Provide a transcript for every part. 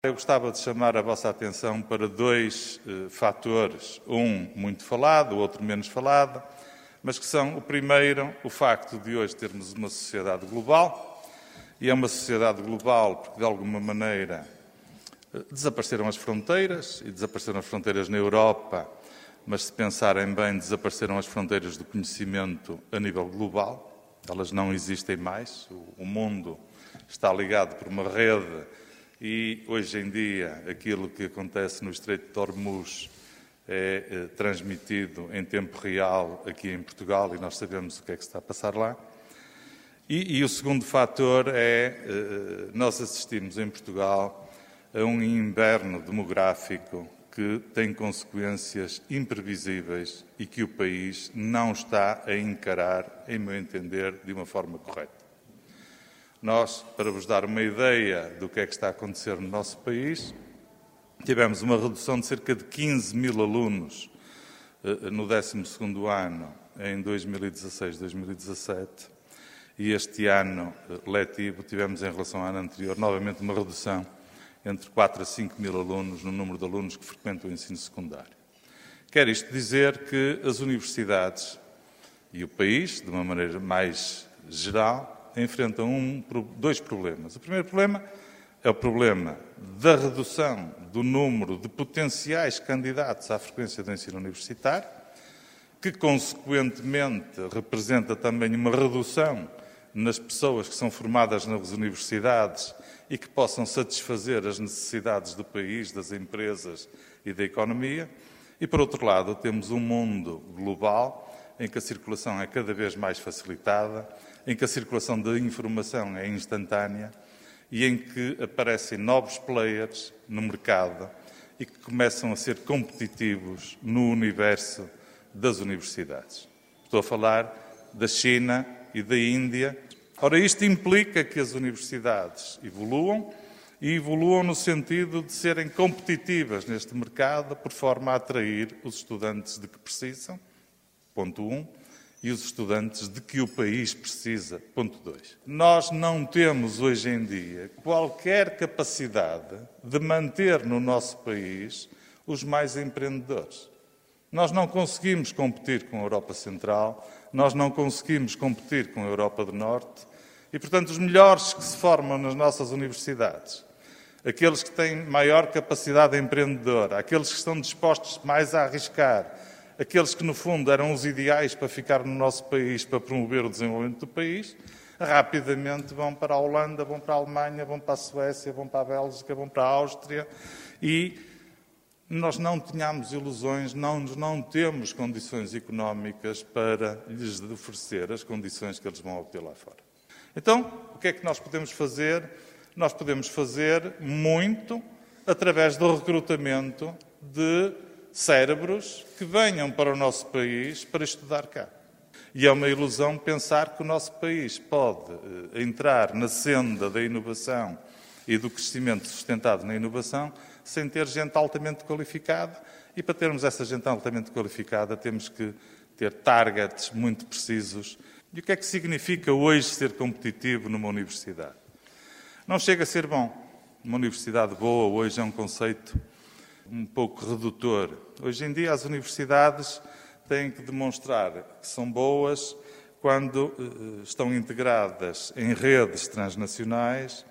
Eu gostava de chamar a vossa atenção para dois fatores, um muito falado, o outro menos falado, mas que são, o primeiro, o facto de hoje termos uma sociedade global, e é uma sociedade global porque, de alguma maneira, desapareceram as fronteiras, e desapareceram as fronteiras na Europa, mas, se pensarem bem, desapareceram as fronteiras do conhecimento a nível global, elas não existem mais, o mundo está ligado por uma rede. E, hoje em dia, aquilo que acontece no Estreito de Hormuz é transmitido em tempo real aqui em Portugal e nós sabemos o que é que se está a passar lá. E o segundo fator é, nós assistimos em Portugal a um inverno demográfico que tem consequências imprevisíveis e que o país não está a encarar, em meu entender, de uma forma correta. Nós, para vos dar uma ideia do que é que está a acontecer no nosso país, tivemos uma redução de cerca de 15 mil alunos no 12º ano, em 2016-2017, e este ano letivo tivemos, em relação ao ano anterior, novamente uma redução entre 4 a 5 mil alunos no número de alunos que frequentam o ensino secundário. Quer isto dizer que as universidades e o país, de uma maneira mais geral, enfrentam dois problemas. O primeiro problema é o problema da redução do número de potenciais candidatos à frequência do ensino universitário, que, consequentemente, representa também uma redução nas pessoas que são formadas nas universidades e que possam satisfazer as necessidades do país, das empresas e da economia. E, por outro lado, temos um mundo global em que a circulação é cada vez mais facilitada, em que a circulação da informação é instantânea e em que aparecem novos players no mercado e que começam a ser competitivos no universo das universidades. Estou a falar da China e da Índia. Ora, isto implica que as universidades evoluam e evoluam no sentido de serem competitivas neste mercado, por forma a atrair os estudantes de que precisam, ponto 1, e os estudantes de que o país precisa, ponto 2. Nós não temos, hoje em dia, qualquer capacidade de manter no nosso país os mais empreendedores. Nós não conseguimos competir com a Europa Central, nós não conseguimos competir com a Europa do Norte e, portanto, os melhores que se formam nas nossas universidades, aqueles que têm maior capacidade empreendedora, aqueles que estão dispostos mais a arriscar, aqueles que, no fundo, eram os ideais para ficar no nosso país, para promover o desenvolvimento do país, rapidamente vão para a Holanda, vão para a Alemanha, vão para a Suécia, vão para a Bélgica, vão para a Áustria e nós não tínhamos ilusões, não temos condições económicas para lhes oferecer as condições que eles vão obter lá fora. Então, o que é que nós podemos fazer? Nós podemos fazer muito através do recrutamento de cérebros que venham para o nosso país para estudar cá. E é uma ilusão pensar que o nosso país pode entrar na senda da inovação e do crescimento sustentado na inovação sem ter gente altamente qualificada. E para termos essa gente altamente qualificada temos que ter targets muito precisos. E o que é que significa hoje ser competitivo numa universidade? Não chega a ser bom. Uma universidade boa hoje é um conceito um pouco redutor. Hoje em dia as universidades têm que demonstrar que são boas quando estão integradas em redes transnacionais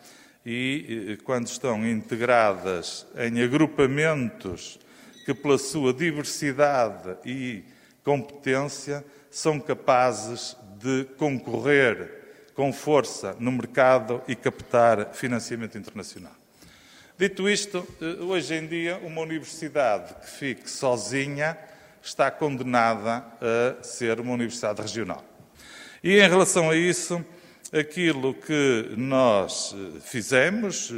e quando estão integradas em agrupamentos que, pela sua diversidade e competência, são capazes de concorrer com força no mercado e captar financiamento internacional. Dito isto, hoje em dia, uma universidade que fique sozinha está condenada a ser uma universidade regional. E, em relação a isso, aquilo que nós fizemos,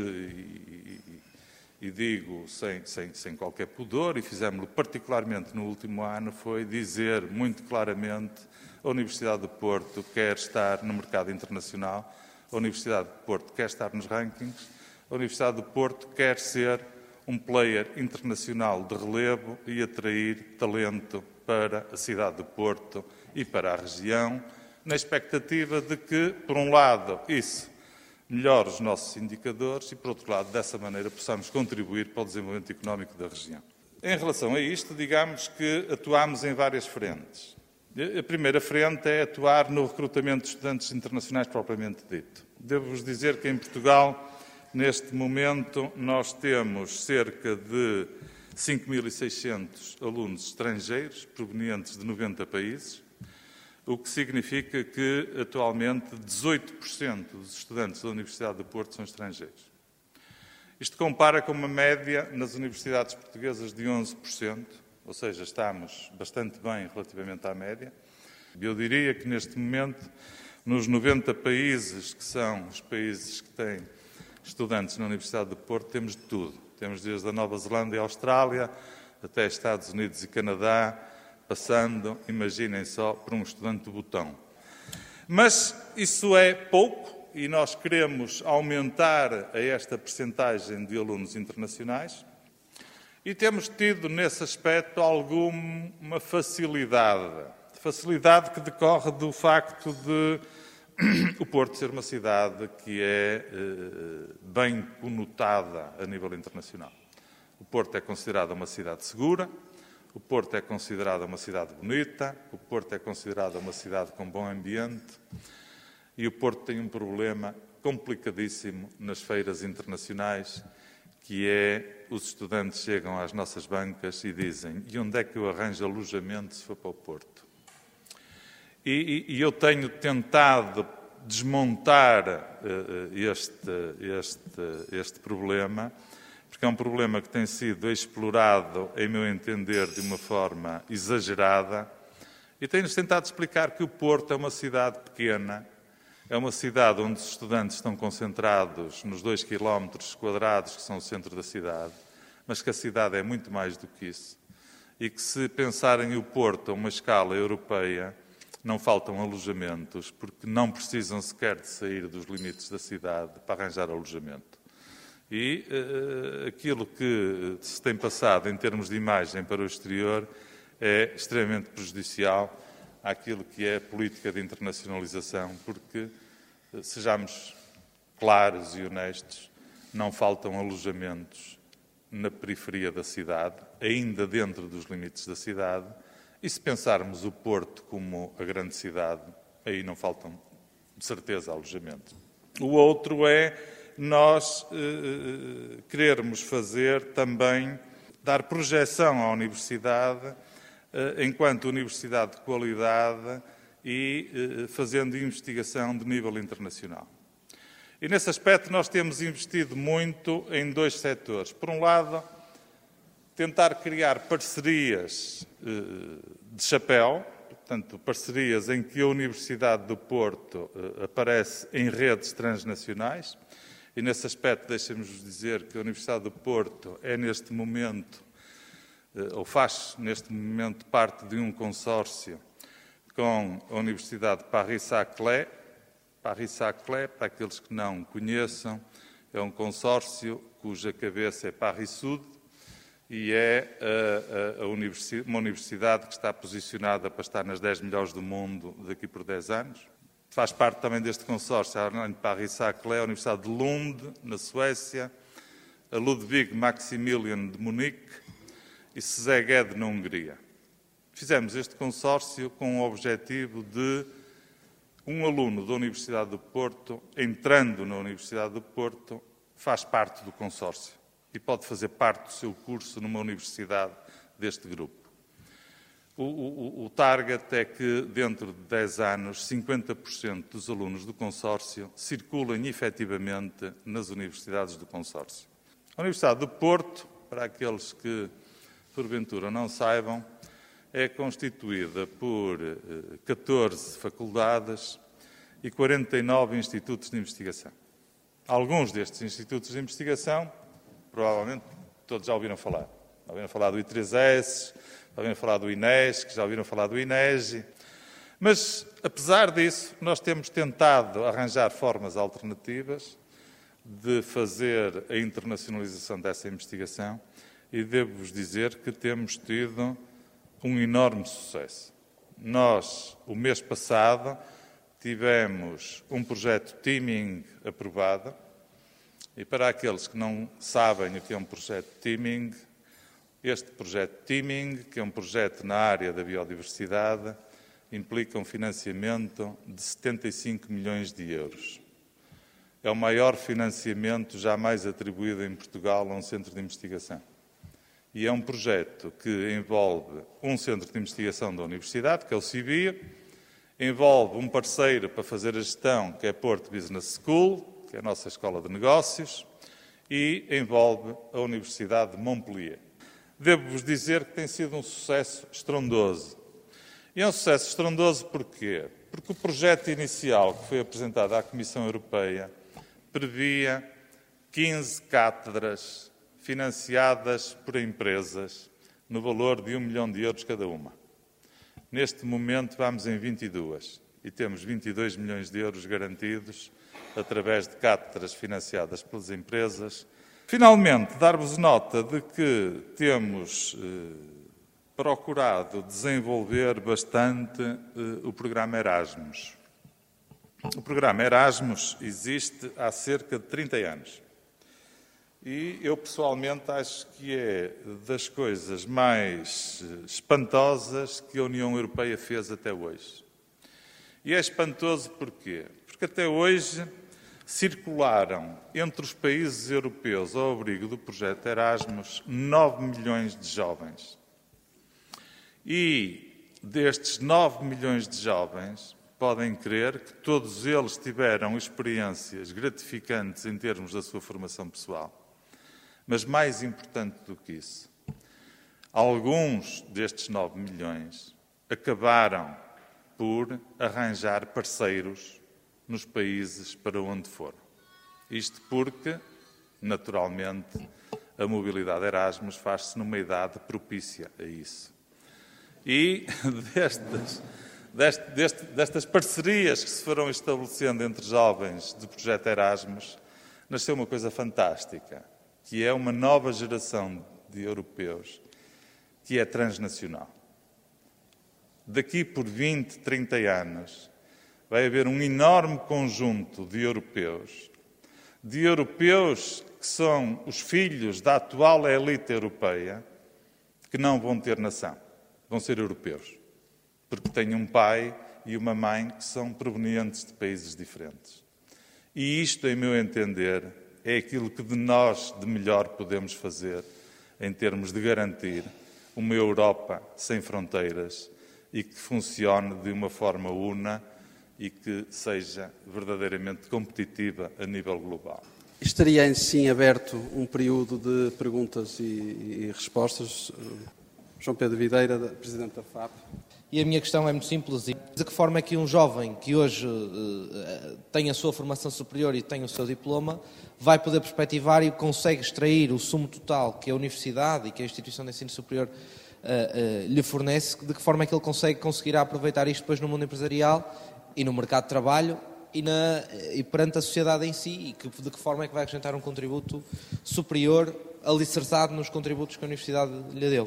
e digo sem qualquer pudor, e fizemos-lo particularmente no último ano, foi dizer muito claramente: a Universidade do Porto quer estar no mercado internacional, a Universidade do Porto quer estar nos rankings, a Universidade do Porto quer ser um player internacional de relevo e atrair talento para a cidade do Porto e para a região, na expectativa de que, por um lado, isso melhor os nossos indicadores e, por outro lado, dessa maneira possamos contribuir para o desenvolvimento económico da região. Em relação a isto, digamos que atuamos em várias frentes. A primeira frente é atuar no recrutamento de estudantes internacionais propriamente dito. Devo-vos dizer que em Portugal, neste momento, nós temos cerca de 5.600 alunos estrangeiros provenientes de 90 países, o que significa que, atualmente, 18% dos estudantes da Universidade do Porto são estrangeiros. Isto compara com uma média nas universidades portuguesas de 11%, ou seja, estamos bastante bem relativamente à média. Eu diria que, neste momento, nos 90 países, que são os países que têm estudantes na Universidade do Porto, temos de tudo. Temos desde a Nova Zelândia e a Austrália, até Estados Unidos e Canadá, passando, imaginem só, por um estudante de botão. Mas isso é pouco e nós queremos aumentar a esta percentagem de alunos internacionais e temos tido, nesse aspecto, alguma facilidade. Facilidade que decorre do facto de o Porto ser uma cidade que é bem conotada a nível internacional. O Porto é considerada uma cidade segura, o Porto é considerada uma cidade bonita, o Porto é considerada uma cidade com bom ambiente e o Porto tem um problema complicadíssimo nas feiras internacionais, que é os estudantes chegam às nossas bancas e dizem: e onde é que eu arranjo alojamento se for para o Porto? E eu tenho tentado desmontar este problema, porque é um problema que tem sido explorado, em meu entender, de uma forma exagerada, e tenho-lhes tentado explicar que o Porto é uma cidade pequena, é uma cidade onde os estudantes estão concentrados nos 2 km², que são o centro da cidade, mas que a cidade é muito mais do que isso, e que, se pensarem o Porto a uma escala europeia, não faltam alojamentos, porque não precisam sequer de sair dos limites da cidade para arranjar alojamento. E aquilo que se tem passado em termos de imagem para o exterior é extremamente prejudicial àquilo que é a política de internacionalização, porque, sejamos claros e honestos, não faltam alojamentos na periferia da cidade, ainda dentro dos limites da cidade, e se pensarmos o Porto como a grande cidade, aí não faltam, de certeza, alojamentos. O outro é nós querermos fazer também, dar projeção à universidade enquanto universidade de qualidade e fazendo investigação de nível internacional. E nesse aspecto nós temos investido muito em 2 setores. Por um lado, tentar criar parcerias de chapéu, portanto, parcerias em que a Universidade do Porto aparece em redes transnacionais, e nesse aspecto deixem-nos dizer que a Universidade do Porto é neste momento, ou faz neste momento parte de um consórcio com a Universidade Paris-Saclay. Paris-Saclay, para aqueles que não conheçam, é um consórcio cuja cabeça é Paris-Sud, e é uma universidade que está posicionada para estar nas 10 melhores do mundo daqui por 10 anos. Faz parte também deste consórcio, além de Paris-Saclay, a Universidade de Lund, na Suécia, a Ludwig Maximilian de Munique e Szeged, na Hungria. Fizemos este consórcio com o objetivo de um aluno da Universidade do Porto, entrando na Universidade do Porto, faz parte do consórcio e pode fazer parte do seu curso numa universidade deste grupo. O target é que, dentro de 10 anos, 50% dos alunos do consórcio circulem efetivamente nas universidades do consórcio. A Universidade do Porto, para aqueles que, porventura, não saibam, é constituída por 14 faculdades e 49 institutos de investigação. Alguns destes institutos de investigação, provavelmente, todos já ouviram falar. Já ouviram falar do I3S, já ouviram falar do INESC, já ouviram falar do INEGI. Mas, apesar disso, nós temos tentado arranjar formas alternativas de fazer a internacionalização dessa investigação e devo-vos dizer que temos tido um enorme sucesso. Nós, o mês passado, tivemos um projeto Teaming aprovado. E para aqueles que não sabem o que é um projeto Teaming, este projeto Teaming, que é um projeto na área da biodiversidade, implica um financiamento de 75 milhões de euros. É o maior financiamento jamais atribuído em Portugal a um centro de investigação. E é um projeto que envolve um centro de investigação da Universidade, que é o CIBIA, envolve um parceiro para fazer a gestão, que é a Porto Business School, que é a nossa escola de negócios, e envolve a Universidade de Montpellier. Devo-vos dizer que tem sido um sucesso estrondoso. E é um sucesso estrondoso porquê? Porque o projeto inicial que foi apresentado à Comissão Europeia previa 15 cátedras financiadas por empresas no valor de 1 milhão de euros cada uma. Neste momento vamos em 22 e temos 22 milhões de euros garantidos através de cátedras financiadas pelas empresas. Finalmente, dar-vos nota de que temos procurado desenvolver bastante o programa Erasmus. O programa Erasmus existe há cerca de 30 anos. E eu, pessoalmente, acho que é das coisas mais espantosas que a União Europeia fez até hoje. E é espantoso porquê? Porque até hoje circularam entre os países europeus, ao abrigo do projeto Erasmus, 9 milhões de jovens. E destes 9 milhões de jovens, podem crer que todos eles tiveram experiências gratificantes em termos da sua formação pessoal. Mas mais importante do que isso, alguns destes 9 milhões acabaram por arranjar parceiros nos países para onde foram. Isto porque, naturalmente, a mobilidade Erasmus faz-se numa idade propícia a isso. E destas parcerias que se foram estabelecendo entre jovens do projeto Erasmus, nasceu uma coisa fantástica, que é uma nova geração de europeus que é transnacional. Daqui por 20, 30 anos, vai haver um enorme conjunto de europeus que são os filhos da atual elite europeia, que não vão ter nação, vão ser europeus, porque têm um pai e uma mãe que são provenientes de países diferentes. E isto, em meu entender, é aquilo que de nós de melhor podemos fazer em termos de garantir uma Europa sem fronteiras e que funcione de uma forma una e que seja verdadeiramente competitiva a nível global. Estaria em si aberto um período de perguntas e respostas. João Pedro Videira, Presidente da FAP. E a minha questão é muito simples. De que forma é que um jovem que hoje tem a sua formação superior e tem o seu diploma vai poder perspectivar e consegue extrair o sumo total que a universidade e que a instituição de ensino superior lhe fornece, de que forma é que ele conseguirá aproveitar isto depois no mundo empresarial e no mercado de trabalho e perante a sociedade em si, e de que forma é que vai acrescentar um contributo superior alicerçado nos contributos que a universidade lhe deu?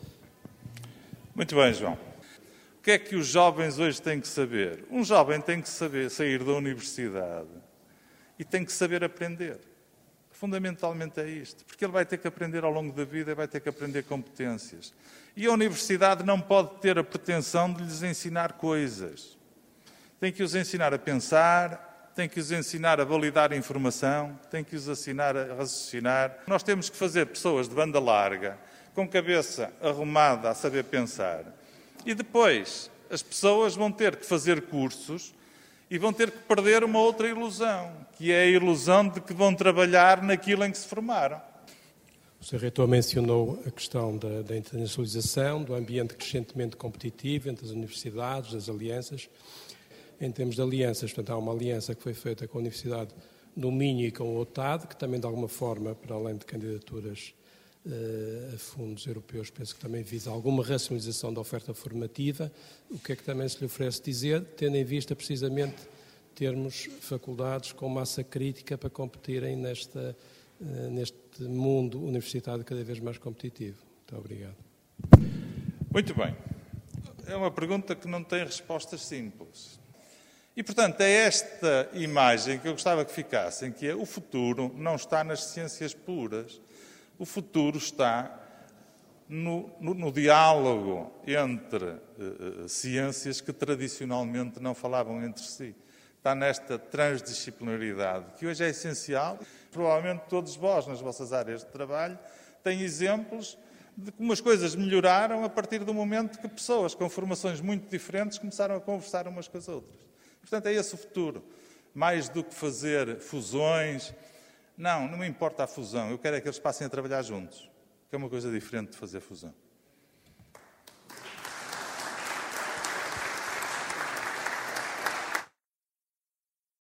Muito bem, João. O que é que os jovens hoje têm que saber? Um jovem tem que saber sair da universidade e tem que saber aprender. Fundamentalmente é isto, porque ele vai ter que aprender ao longo da vida e vai ter que aprender competências. E a universidade não pode ter a pretensão de lhes ensinar coisas. Tem que os ensinar a pensar, tem que os ensinar a validar informação, tem que os ensinar a raciocinar. Nós temos que fazer pessoas de banda larga, com cabeça arrumada a saber pensar. E depois as pessoas vão ter que fazer cursos e vão ter que perder uma outra ilusão, que é a ilusão de que vão trabalhar naquilo em que se formaram. O Sr. Reitor mencionou a questão da internacionalização, do ambiente crescentemente competitivo entre as universidades, das alianças. Em termos de alianças, portanto, há uma aliança que foi feita com a Universidade do Minho e com o OTAD, que também, de alguma forma, para além de candidaturas a fundos europeus, penso que também visa alguma racionalização da oferta formativa. O que é que também se lhe oferece dizer, tendo em vista precisamente termos faculdades com massa crítica para competirem neste mundo universitário cada vez mais competitivo? Muito obrigado. Muito bem. É uma pergunta que não tem respostas simples. E, portanto, é esta imagem que eu gostava que ficassem, que é o futuro não está nas ciências puras. O futuro está no diálogo entre ciências que tradicionalmente não falavam entre si. Está nesta transdisciplinaridade, que hoje é essencial. Provavelmente todos vós, nas vossas áreas de trabalho, têm exemplos de como as coisas melhoraram a partir do momento que pessoas com formações muito diferentes começaram a conversar umas com as outras. Portanto, é esse o futuro. Mais do que fazer fusões. Não me importa a fusão. Eu quero é que eles passem a trabalhar juntos, que é uma coisa diferente de fazer fusão.